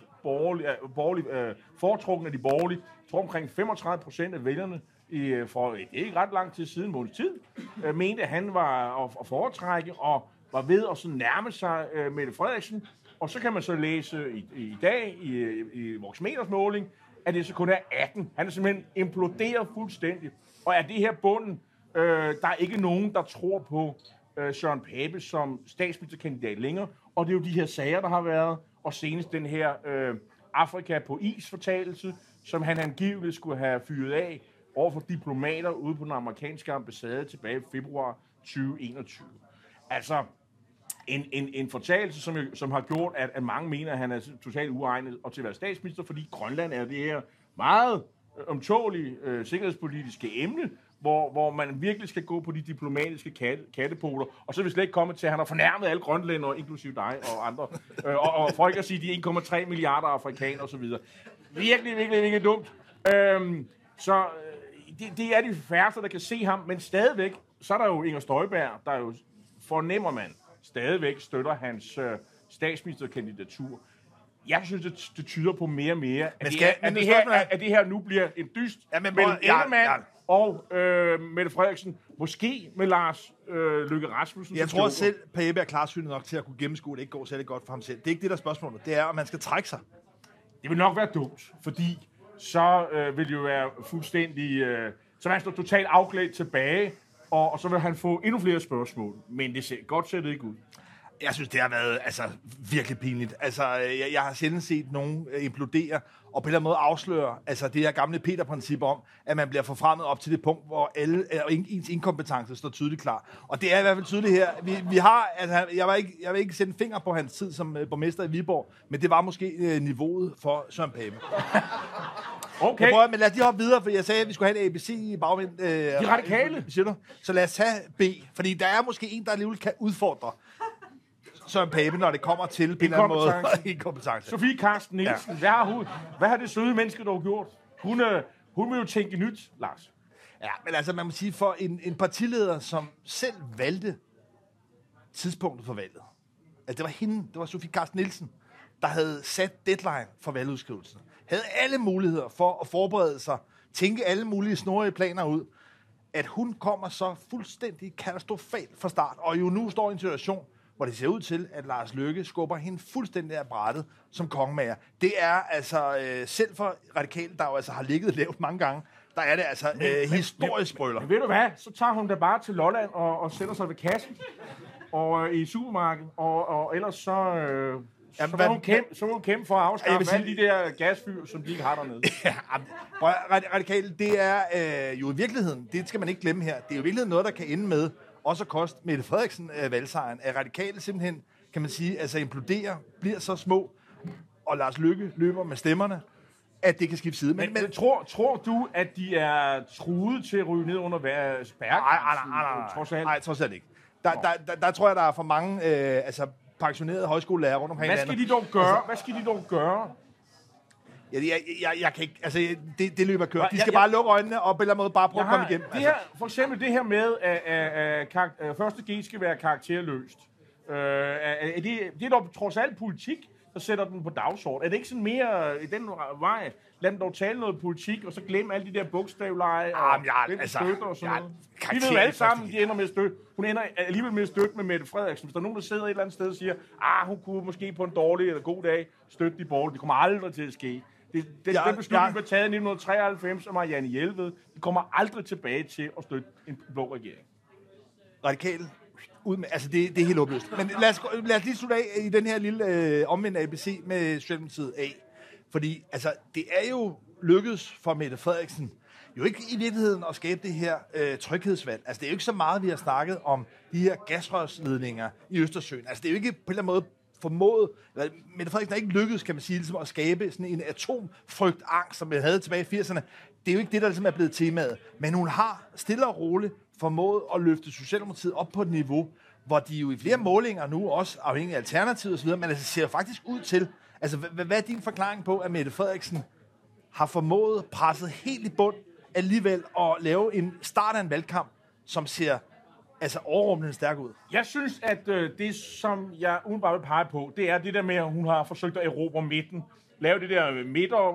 foretrukne af de borgerlige, jeg tror omkring 35% af vælgerne for ikke ret lang tid siden, måneds tid, mente, at han var at foretrække og var ved at så nærme sig Mette Frederiksen. Og så kan man så læse i dag i Voxmeters måling, at det så kun er 18. Han er simpelthen imploderet fuldstændig. Og er det her bunden, der er ikke nogen, der tror på Søren Pape som statsministerkandidat længere. Og det er jo de her sager, der har været, og senest den her Afrika på is-fortalelse, som han angiveligt skulle have fyret af over for diplomater ude på den amerikanske ambassade tilbage i februar 2021. Altså, en fortalelse, som har gjort, at mange mener, at han er totalt uegnet til at være statsminister, fordi Grønland er det her meget omtålige sikkerhedspolitiske emne, hvor man virkelig skal gå på de diplomatiske kattepoler, og så er vi slet ikke kommet til, at han har fornærmet alle grønlændere, inklusive dig og andre, og for ikke at sige de 1,3 milliarder afrikanere osv. Virkelig, virkelig, virkelig dumt. Så det er de færreste, der kan se ham, men stadigvæk, så er der jo Inger Støjberg, der jo fornemmer man stadigvæk støtter hans statsministerkandidatur. Jeg synes, det tyder på mere og mere, at det her nu bliver en dyst mellem Ellemann og Mette Frederiksen. Måske med Lars Løkke Rasmussen. Jeg tror selv, Pape er klarsynet nok til at kunne gennemskue, det ikke går særlig godt for ham selv. Det er ikke det, der er spørgsmålet. Det er, om man skal trække sig. Det vil nok være dumt, fordi så vil det jo være fuldstændig... så vil han stå totalt afklædt tilbage, og så vil han få endnu flere spørgsmål. Men det ser det ikke ud. Jeg synes, det har været virkelig pinligt. Altså, jeg har sjældent set nogen implodere og på en eller anden måde afsløre det her gamle Peter-princip om, at man bliver forfremmet op til det punkt, hvor ens inkompetence står tydeligt klar. Og det er i hvert fald tydeligt her. Vi har, jeg vil ikke sætte en finger på hans tid som borgmester i Viborg, men det var måske niveauet for Søren Pape. Okay. Men lad os lige hoppe videre, for jeg sagde, at vi skulle have en ABC i bagvind. De radikale. Så lad os tage B, fordi der er måske en, der alligevel kan udfordre Søren Pape, når det kommer til på en eller anden måde inkompetence. Sofie Carsten Nielsen, hvad har det søde menneske dog gjort? Hun vil jo tænke nyt, Lars. Ja, men altså man må sige, for en partileder, som selv valgte tidspunktet for valget, altså det var hende, det var Sofie Carsten Nielsen, der havde sat deadline for valgudskrivelsen, havde alle muligheder for at forberede sig, tænke alle mulige snorrige planer ud, at hun kommer så fuldstændig katastrofalt fra start, og jo nu står i en situation, hvor det ser ud til, at Lars Løkke skubber hende fuldstændig af brættet som kongemager. Det er altså, selv for Radikale, der jo altså har ligget lavt mange gange, der er det altså historisk brøler. Men ved du hvad, så tager hun da bare til Lolland og sætter sig ved kassen og i supermarkedet, og ellers så... Så må hun kæmpe for at afskaffe alle de der gasfyr, som de ikke har dernede. Ja, Radikale, det er jo i virkeligheden, det skal man ikke glemme her, det er jo i virkeligheden noget, der kan ende med også at koste Mette Frederiksen valgsejren. At Radikale simpelthen, kan man sige, altså imploderer, bliver så små, og Lars Løkke løber med stemmerne, at det kan skifte side. Men tror du, at de er truet til at ryge ned under spærregrænsen? Nej, trods alt ikke. Der tror jeg, der er for mange pensionerede højskolelærer rundt omkring landet. Hvad skal de dog gøre? Jeg kan ikke, altså det løber kørt. De skal bare lukke øjnene og på en eller anden måde bare prøve at komme igennem. For eksempel det her med, at første G skal være karakterløst. Det er dog trods alt politik, der sætter den på dagsordenen. Er det ikke sådan mere i den vej? Lad dem dog tale noget politik, og så glemme alle de der bogstavleje og støtter og sådan noget. Vi ved jo alle sammen, de ender med at støtte. Hun ender alligevel med at støtte med Mette Frederiksen. Hvis der er nogen, der sidder et eller andet sted og siger, hun kunne måske på en dårlig eller god dag støtte de borgerlige. Det kommer aldrig til at ske. Den beslutning blev taget i 1993 af Marianne Jelved. De kommer aldrig tilbage til at støtte en blå regering. Radikale ud med, altså det er helt åbenlyst. Men lad os lige slutte af i den her lille omvendte ABC med Socialdemokratiet A. Fordi altså, det er jo lykkedes for Mette Frederiksen jo ikke i virkeligheden at skabe det her tryghedsvalg. Altså det er jo ikke så meget, vi har snakket om de her gasrørsledninger i Østersøen. Altså det er jo ikke på en eller anden måde formået, eller Mette Frederiksen har ikke lykkedes, kan man sige, ligesom at skabe sådan en atomfrygtangst, som vi havde tilbage i 80'erne. Det er jo ikke det, der ligesom er blevet temaet. Men hun har stille og roligt formået at løfte Socialdemokratiet op på et niveau, hvor de jo i flere målinger nu, også afhængig af Alternativet osv., men altså ser faktisk ud til, altså hvad er din forklaring på, at Mette Frederiksen har formået presset helt i bund alligevel at lave en start af en valgkamp, som ser altså overrumplende stærk ud? Jeg synes, at det, som jeg umiddelbart vil pege på, det er det der med, at hun har forsøgt at erobre midten. Lave det der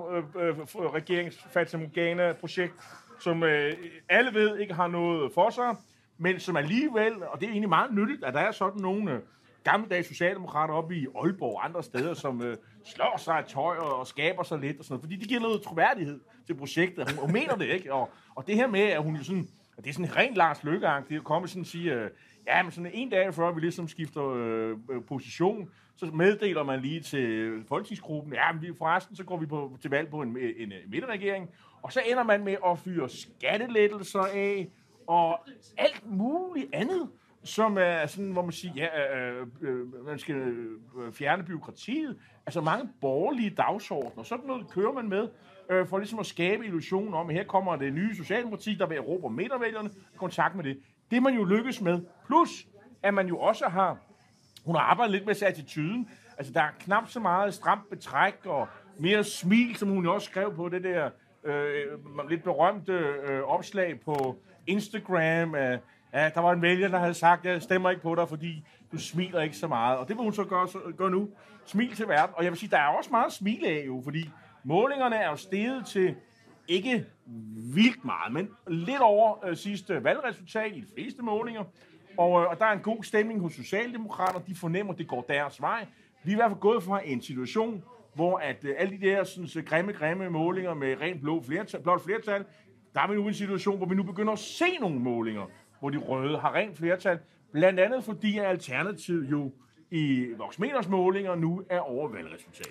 midterregeringsfatamorgana-projekt, som alle ved ikke har noget for sig, men som alligevel, og det er egentlig meget nyttigt, at der er sådan nogle gammeldags socialdemokrater oppe i Aalborg og andre steder, som slår sig af tøj og skaber sig lidt og sådan noget, fordi det giver noget troværdighed til projektet. Hun mener det, ikke? Og det her med, at hun jo sådan, at det er sådan rent Lars Løkke-agtigt, det kommer sådan og siger, ja, men sådan en dag før vi ligesom skifter position, så meddeler man lige til folketingsgruppen, ja, men forresten, så går vi til valg på en midterregering, og så ender man med at fyre skattelettelser af, og alt muligt andet, som er sådan, hvor man siger, man skal fjerne byråkratiet. Altså mange borgerlige dagsordner. Sådan noget kører man med, for ligesom at skabe illusionen om, at her kommer det nye Socialdemokrati, der vil erobre midtervælgerne, kontakt med det. Det man jo lykkes med. Plus, at man jo også hun har arbejdet lidt med attituden. Altså der er knap så meget stramt betræk og mere smil, som hun jo også skrev på det der lidt berømte opslag på Instagram. Der var en vælger, der havde sagt, jeg stemmer ikke på dig, fordi du smiler ikke så meget. Og det vil hun så gøre nu. Smil til verden. Og jeg vil sige, der er også meget smil af jo, fordi målingerne er jo steget til ikke vildt meget, men lidt over sidste valgresultat i de fleste målinger. Og der er en god stemning hos Socialdemokrater. De fornemmer, at det går deres vej. Vi er i hvert fald gået fra en situation, hvor at alle de der sådan, grimme målinger med rent blåt flertal, der er vi nu i en situation, hvor vi nu begynder at se nogle målinger, hvor de røde har rent flertal. Blandt andet fordi Alternativet jo i Voxmeters målinger nu er over valgresultatet.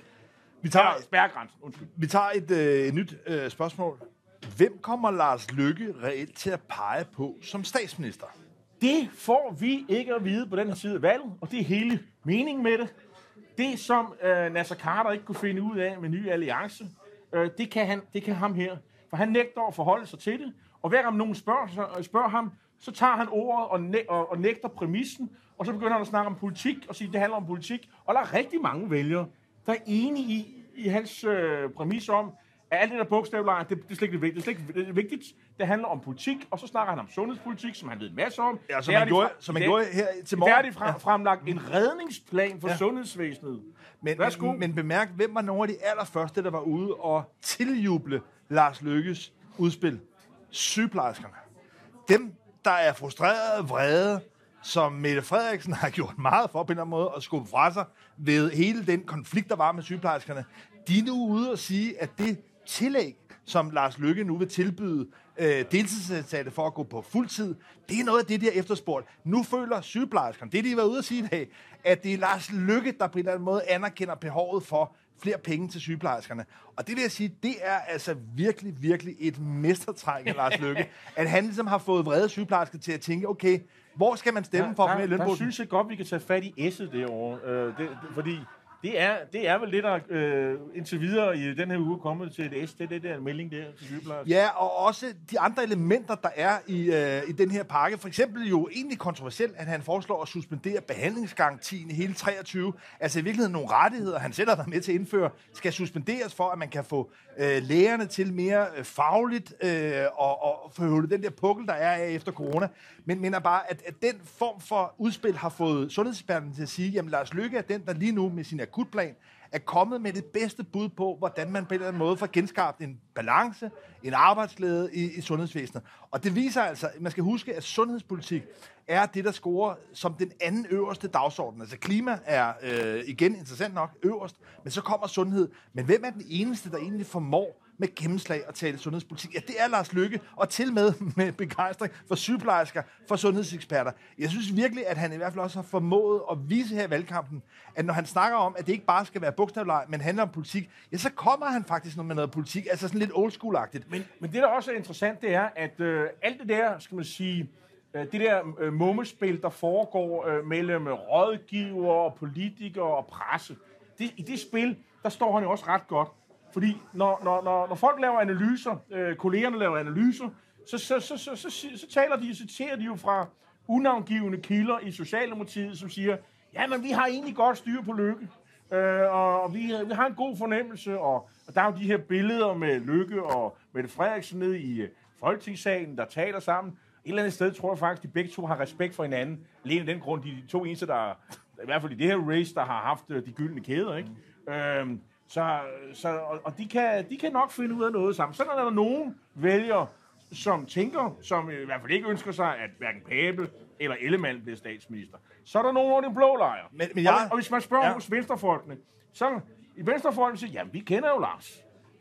Vi tager et nyt spørgsmål. Hvem kommer Lars Løkke reelt til at pege på som statsminister? Det får vi ikke at vide på den her side af valget, og det er hele meningen med det. Det, som Naser Khader ikke kunne finde ud af med Ny Alliance, det kan ham her. For han nægter at forholde sig til det, og hver gang nogen spørger ham, så tager han ordet og nægter præmissen, og så begynder han at snakke om politik, og sige, at det handler om politik. Og der er rigtig mange vælgere, der er enige i hans præmis om, alt det der bogstavleje, det er slet ikke vigtigt. Det er slet ikke vigtigt. Det handler om politik, og så snakker han om sundhedspolitik, som han ved en masse om. Ja, som man gjorde her til morgen. Der er de fremlagt en redningsplan for sundhedsvæsenet. Men bemærk, hvem var nogle af de allerførste, der var ude og tiljuble Lars Løkkes udspil? Sygeplejerskerne. Dem, der er frustrerede, vrede, som Mette Frederiksen har gjort meget for på en eller anden måde at skubbe fra sig ved hele den konflikt, der var med sygeplejerskerne. De er nu ude og sige, at det tillæg, som Lars Løkke nu vil tilbyde deltidsansatte for at gå på fuldtid, det er noget af det, de har efterspurgt. Nu føler sygeplejerskerne, det de har været ude at sige i dag, at det er Lars Løkke, der på en eller anden måde anerkender behovet for flere penge til sygeplejerskerne. Og det vil jeg sige, det er altså virkelig, virkelig et mestertræk af Lars Løkke, at han ligesom har fået vrede sygeplejersker til at tænke, okay, hvor skal man stemme for at få mere lønbrug? Der synes jeg godt, vi kan tage fat i S'et derovre, fordi det er vel det, der indtil videre i den her uge kommet til et S. Det er det der melding der til sygeplejersker. Ja, og også de andre elementer, der er i den her pakke. For eksempel jo egentlig kontroversielt, at han foreslår at suspendere behandlingsgarantien i hele 23. Altså i virkeligheden nogle rettigheder, han selv har været med til at indføre, skal suspenderes for, at man kan få lægerne til mere fagligt og forhøvle den der pukkel, der er efter corona. Men mener bare, at den form for udspil har fået sundhedseksperterne til at sige, jamen Lars Løkke er den, der lige nu med sin akutplan er kommet med det bedste bud på, hvordan man på en eller anden måde får genskabt en balance, en arbejdsglæde i sundhedsvæsenet. Og det viser altså, at man skal huske, at sundhedspolitik er det, der scorer som den anden øverste dagsorden. Altså klima er igen interessant nok øverst, men så kommer sundhed. Men hvem er den eneste, der egentlig formår med gennemslag at tale sundhedspolitik? Ja, det er Lars Løkke, og til med begejstring for sygeplejersker, for sundhedseksperter. Jeg synes virkelig, at han i hvert fald også har formået at vise her i valgkampen, at når han snakker om, at det ikke bare skal være bogstavleg, men handler om politik, ja, så kommer han faktisk med noget politik, altså sådan lidt old school-agtigt. Men det, der også er interessant, det er, at alt det der, skal man sige, det der mummespil, der foregår mellem rådgiver og politikere og presse, i det spil, der står han jo også ret godt. Fordi når folk laver analyser, kollegerne laver analyser, så citerer de jo fra unavngivende kilder i Socialdemokratiet, som siger, ja, men vi har egentlig godt styr på Løkke, og vi har en god fornemmelse, og der er jo de her billeder med Løkke og Mette Frederiksen nede i Folketingssalen, der taler sammen. Et eller andet sted tror jeg faktisk, de begge to har respekt for hinanden. Alene af den grund, de to eneste, der i hvert fald i det her race, der har haft de gyldne kæder, ikke? Og de kan nok finde ud af noget sammen. Så er der nogen vælgere, som tænker, som i hvert fald ikke ønsker sig, at hverken Pape eller Ellemann bliver statsminister. Så er der nogen over den blå lejr. Og hvis man spørger hos venstrefolkene, så i venstrefolkene siger, jamen vi kender jo Lars.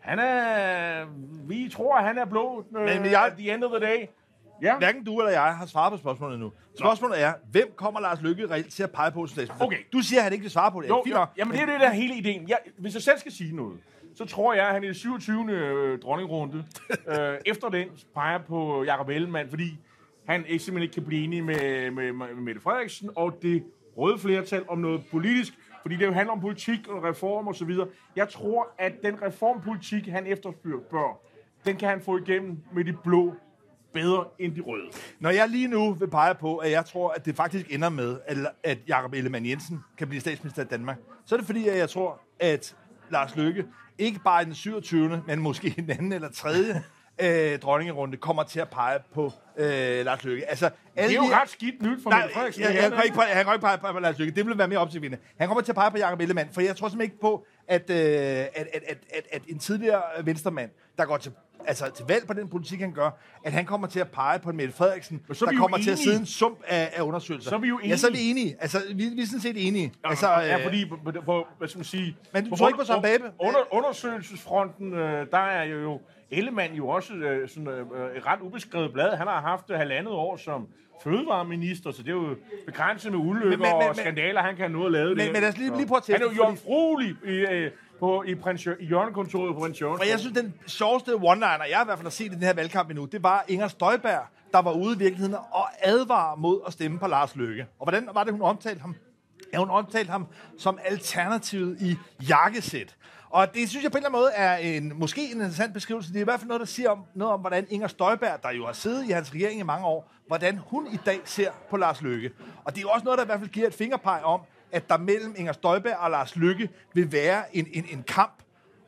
Vi tror, at han er blå at the end of the day. Ja. Hverken du eller jeg har svaret på spørgsmålet nu. Spørgsmålet er, hvem kommer Lars Løkke reelt til at pege på statsminister? Okay. Du siger, at han ikke vil svare på det. Jamen det er det der hele ideen. Hvis jeg selv skal sige noget, så tror jeg, at han i det 27. dronningrunde, efter den, peger på Jakob Ellemann, fordi han simpelthen ikke kan blive enig med Mette Frederiksen og det røde flertal om noget politisk, fordi det jo handler om politik og reform og så videre. Jeg tror, at den reformpolitik, han efterspørger, den kan han få igennem med de blå bedre end de røde. Når jeg lige nu vil pege på, at jeg tror, at det faktisk ender med, at Jakob Ellemann-Jensen kan blive statsminister i Danmark, så er det fordi, at jeg tror, at Lars Løkke, ikke bare i den 27., men måske i den anden eller tredje dronningerunde, kommer til at pege på Lars Løkke. Altså, det er jo ret skidt nyt for Mette Frederiksen. Han kan ikke pege på Lars Løkke. Det vil være mere opsigtende. Han kommer til at pege på Jakob Ellemann, for jeg tror simpelthen ikke på, at en tidligere venstremand, der går til valg på den politik, han gør, at han kommer til at pege på en Mette Frederiksen, der kommer til at sidde en sump af undersøgelser. Så er vi jo enige. Ja, så er vi enige. Altså, vi er sådan set enige. Fordi på hvad skal man sige... Men du tror ikke på Søren Pape? Undersøgelsesfronten, der er jo Ellemann jo også sådan et ret ubeskrevet blad. Han har haft 1,5 år som fødevareminister, så det er jo begrænset med ulykker og skandaler, han kan have noget at lave. Men lad os lige prøve at teste. Han er jo jomfruelig i hjørnekontoret på Prins Jørgens. Og jeg synes, den sjoveste one-liner, jeg i hvert fald har set i den her valgkamp endnu, det var Inger Støjberg, der var ude i virkeligheden og advare mod at stemme på Lars Løkke. Og hvordan var det, hun omtalte ham? Ja, hun omtalte ham som alternativet i jakkesæt. Og det synes jeg på en eller anden måde er måske en interessant beskrivelse. Det er i hvert fald noget, der siger noget om, hvordan Inger Støjberg, der jo har siddet i hans regering i mange år, hvordan hun i dag ser på Lars Løkke. Og det er jo også noget, der i hvert fald giver et fingerpeg om, at der mellem Inger Støjberg og Lars Løkke vil være en kamp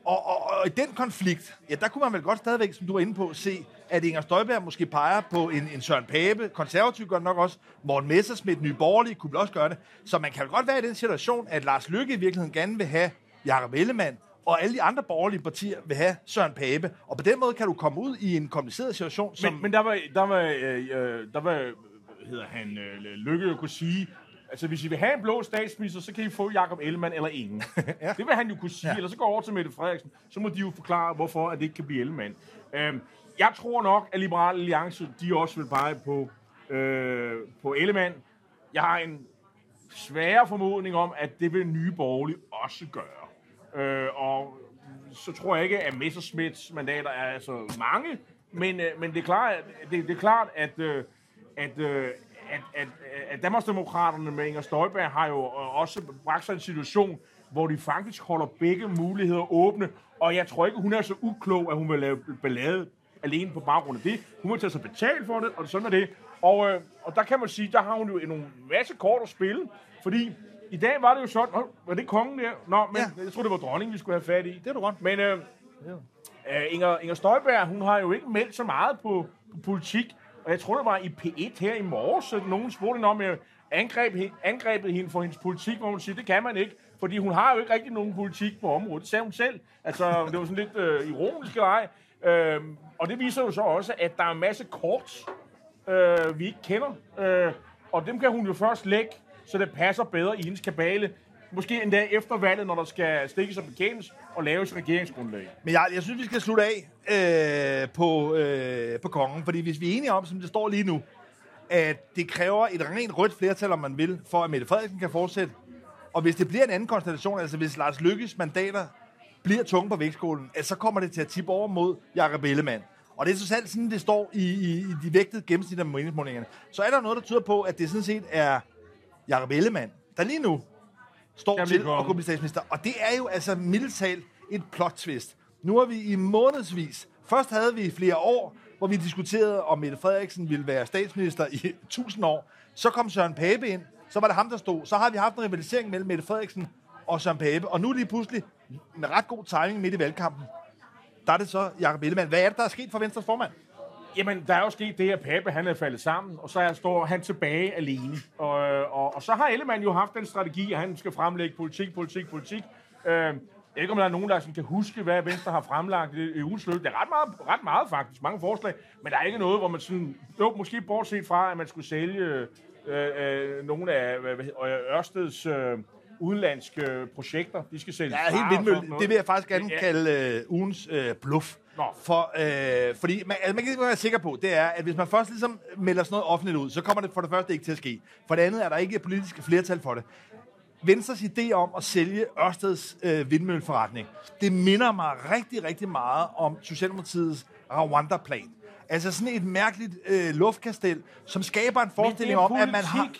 Og i den konflikt, ja, der kunne man vel godt stadigvæk, som du var inde på, se, at Inger Støjberg måske peger på en Søren Pape, konservativ gør det nok også, Morten Messerschmidt, Nye Borgerlige, kunne vel også gøre det. Så man kan vel godt være i den situation, at Lars Løkke i virkeligheden gerne vil have Jakob Ellemann, og alle de andre borgerlige partier vil have Søren Pape. Og på den måde kan du komme ud i en kompliceret situation, som... Men der var Løkke jo kunne sige, altså hvis I vil have en blå statsminister, så kan I få Jakob Ellemann eller ingen. Ja. Det vil han jo kunne sige, eller så går over til Mette Frederiksen, så må de jo forklare, hvorfor at det ikke kan blive Ellemann. Jeg tror nok, at Liberal Alliance, de også vil pege på Ellemann. Jeg har en svær formodning om, at det vil Nye Borgerlige også gøre. Og så tror jeg ikke, at Messerschmidts mandater er så mange, men det er klart, at Danmarksdemokraterne med Inger Støjberg har jo også bragt sig en situation, hvor de faktisk holder begge muligheder åbne, og jeg tror ikke, hun er så uklog, at hun vil lave ballade alene på baggrund af det. Hun må tage sig betalt for det, og sådan er det. Og der kan man sige, der har hun jo en masse kort at spille, fordi i dag var det jo sådan, var det kongen der? Nå, men ja. Jeg tror det var dronningen, vi skulle have fat i. Det er du godt. Men Inger Støjberg, hun har jo ikke meldt så meget på politik, og jeg tror, det var i P1 her i morges, at nogen spurgte hende om, angrebet hende for hendes politik, hvor hun siger, det kan man ikke, fordi hun har jo ikke rigtig nogen politik på området. Det sagde hun selv. Altså, det var sådan lidt ironisk ej. Og det viser jo så også, at der er en masse kort, vi ikke kender, og dem kan hun jo først lægge, så det passer bedre i hendes kabale. Måske endda efter valget, når der skal stikkes og bekendes og laves regeringsgrundlag. Men jeg synes, vi skal slutte af på kongen, fordi hvis vi er enige om, som det står lige nu, at det kræver et rent rødt flertal, om man vil, for at Mette Frederiksen kan fortsætte. Og hvis det bliver en anden konstellation, altså hvis Lars Løkkes mandater bliver tunge på vægtskålen, så kommer det til at tippe over mod Jakob Ellemann. Og det er så selv sådan, det står i de vægtede gennemsnit af meningsmålingerne. Så er der noget, der tyder på, at det sådan set er Jakob Ellemann, der lige nu står til at kunne blive statsminister. Og det er jo altså mildt talt et plot-twist. Nu er vi i månedsvis. Først havde vi flere år, hvor vi diskuterede, om Mette Frederiksen ville være statsminister i 1000 år. Så kom Søren Pape ind. Så var det ham, der stod. Så har vi haft en rivalisering mellem Mette Frederiksen og Søren Pape. Og nu lige pludselig, med ret god timing midt i valgkampen, der er det så Jakob Ellemann. Hvad er det, der er sket for Venstres formand? Jamen, der er jo sket det, at Pape han er faldet sammen, og så står han tilbage alene. Og så har Ellemann jo haft den strategi, at han skal fremlægge politik. Jeg ved ikke, om der er nogen, der sådan kan huske, hvad Venstre har fremlagt i ugens løb. Det er ret meget faktisk, mange forslag, men der er ikke noget, hvor man sådan, måske bortset fra, at man skulle sælge nogle af Ørsteds udenlandske projekter. De skal sælges. Ja, helt vindmølle. Det vil jeg faktisk gerne kalde ugens bluff. Fordi man kan ikke være sikker på, det er, at hvis man først ligesom melder sådan noget offentligt ud, så kommer det for det første ikke til at ske. For det andet er der ikke politisk flertal for det. Venstres idé om at sælge Ørsteds vindmølleforretning, det minder mig rigtig, rigtig meget om Socialdemokratiets Rwanda-plan. Altså sådan et mærkeligt luftkastel, som skaber en forestilling om, at man har...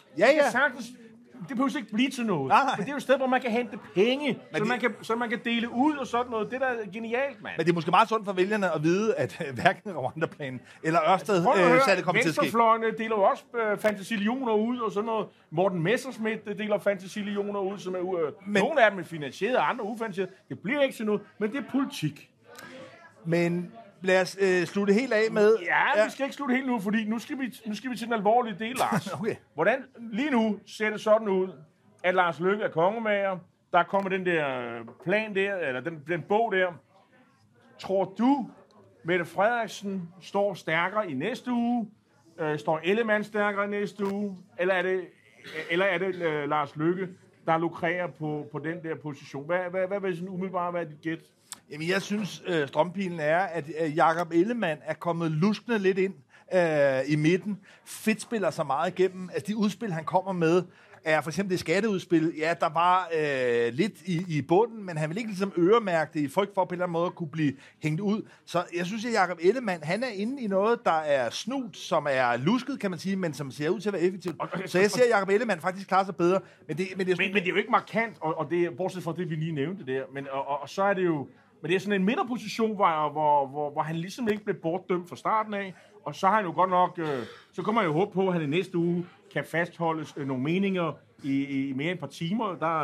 Det behøver ikke blive til noget. Nej. Men det er jo et sted, hvor man kan hente penge, så man kan dele ud og sådan noget. Det der er genialt, mand. Men det er måske meget sundt for vælgerne at vide, at hverken Rwanda-planen eller Ørsted satte kommer til at ske. Venstrefløjene deler jo også fantasillioner ud og sådan noget. Morten Messerschmidt deler fantasillioner ud, som er nogle af dem er finansieret, andre ufinansieret. Det bliver ikke til noget, men det er politik. Men lad os slutte helt af med... Ja, vi skal ikke slutte helt nu, fordi nu skal vi til den alvorlige del, Lars. Okay. Hvordan lige nu ser det sådan ud, at Lars Løkke er kongemager, der kommer den der plan der, eller den bog der. Tror du, Mette Frederiksen står stærkere i næste uge? Står Ellemann stærkere i næste uge? Eller er det Lars Løkke, der lukrerer på den der position? Hvad vil sådan umiddelbart være dit gæt? Jamen, jeg synes, strømpilen er, at Jakob Ellemann er kommet luskende lidt ind i midten. Fedt spiller sig meget igennem. Altså, de udspil, han kommer med, er for eksempel det skatteudspil. Ja, der var lidt i bunden, men han vil ikke ligesom øremærke det i frygt for på en eller anden måde at kunne blive hængt ud. Så jeg synes, at Jakob Ellemann, han er inde i noget, der er snut, som er lusket, kan man sige, men som ser ud til at være effektivt. Så jeg ser, at Jakob Ellemann faktisk klarer sig bedre. Men det er jo ikke markant, og det er bortset fra det, vi lige nævnte der. Men så er det jo... Men det er sådan en midterposition, hvor han ligesom ikke blev bortdømt fra starten af. Og så har han jo godt nok... så kommer man jo håbe på, at han i næste uge kan fastholdes nogle meninger i mere end et par timer,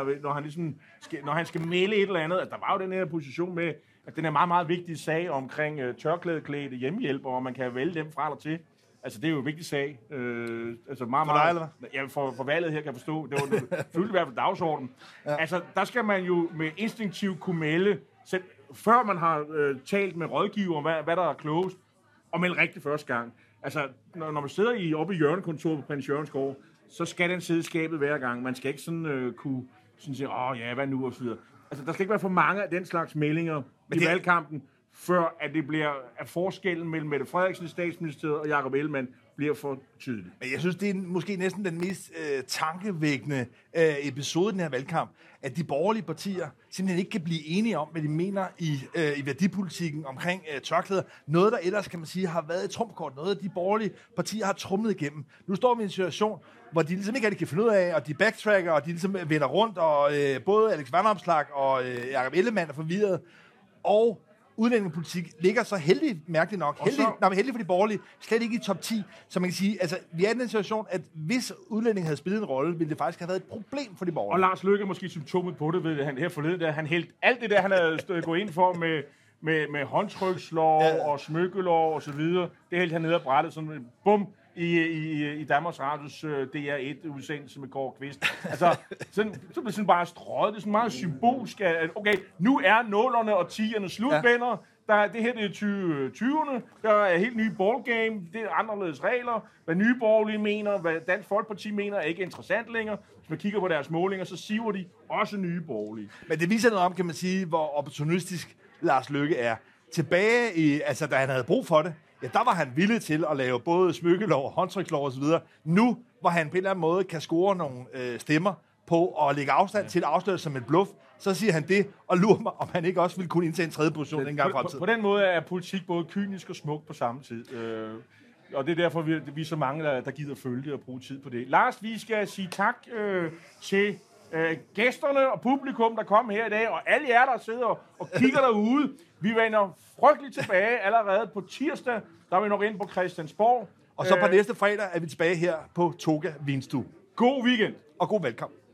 når han skal melde et eller andet. Altså, der var jo den her position med, at den er meget, meget vigtig sag omkring tørklædeklædte hjemmehjælpere, og man kan vælge dem fra eller til. Altså, det er jo en vigtig sag. Altså meget, for dig, eller hvad? Ja, for valget her, kan jeg forstå. Det var fuldt i hvert fald dagsordenen. Ja. Altså, der skal man jo med instinktivt kunne melde, selv, før man har talt med rådgiver, hvad der er klogest, og melde rigtigt første gang. Altså, når man sidder oppe i hjørnekontoret på Prins Jørgens Gård, så skal den sidde i skabet hver gang. Man skal ikke sådan kunne sige, hvad nu, og så videre. Altså, der skal ikke være for mange af den slags meldinger i valgkampen, før at det bliver, at forskellen mellem Mette Frederiksen i statsministeriet og Jakob Ellemann bliver for tydelig. Men jeg synes, det er måske næsten den mest tankevækkende episode i den her valgkamp, at de borgerlige partier simpelthen ikke kan blive enige om, hvad de mener i værdipolitikken omkring tørklæder. Noget, der ellers, kan man sige, har været et trumfkort. Noget, de borgerlige partier har trumlet igennem. Nu står vi i en situation, hvor de ligesom ikke rigtig kan finde ud af, og de backtracker, og de ligesom vender rundt, og både Alex Vanopslagh og Jakob Ellemann er forvirret, og udlændingepolitik ligger så mærkeligt nok, heldig for de borgerlige, slet ikke i top 10. Så man kan sige, altså, vi er i den situation, at hvis udlændingen havde spillet en rolle, ville det faktisk have været et problem for de borgerlige. Og Lars Løkke er måske symptomet på det, ved han her forleden, der han hældte alt det der, han havde gået ind for med håndtrykslov og smykkelov og så videre, det hældte han ned og brættet sådan bum, i Danmarks Radios DR1-udsendelse med Kåre Kvist. Altså, så blev det sådan bare strøget. Det er sådan meget symbolsk, at okay, nu er 0'erne og 10'erne slutvenner. Det her det er 2020'erne. Der er helt nye ballgame. Det er anderledes regler. Hvad Nye Borgerlige mener, hvad Dansk Folkeparti mener, er ikke interessant længere. Hvis man kigger på deres målinger, så siver de også Nye Borgerlige. Men det viser noget om, kan man sige, hvor opportunistisk Lars Løkke er. Tilbage da han havde brug for det, ja, der var han villig til at lave både smykkelov og håndtrykslov osv. Nu, hvor han på en eller anden måde kan score nogle stemmer på at lægge afstand til at afsløre som et bluff, så siger han det, og lurer mig, om han ikke også ville kunne indtage en tredje position en gang fremtid. På den måde er politik både kynisk og smuk på samme tid. Og det er derfor, vi er så mange, der gider følge det og bruge tid på det. Lars, vi skal sige tak til gæsterne og publikum, der kom her i dag, og alle jer, der sidder og kigger derude. Vi vender frygteligt tilbage allerede på tirsdag. Der er vi nok inde på Christiansborg. Og så på næste fredag er vi tilbage her på Toga Vinstue. God weekend. Og god valgkamp.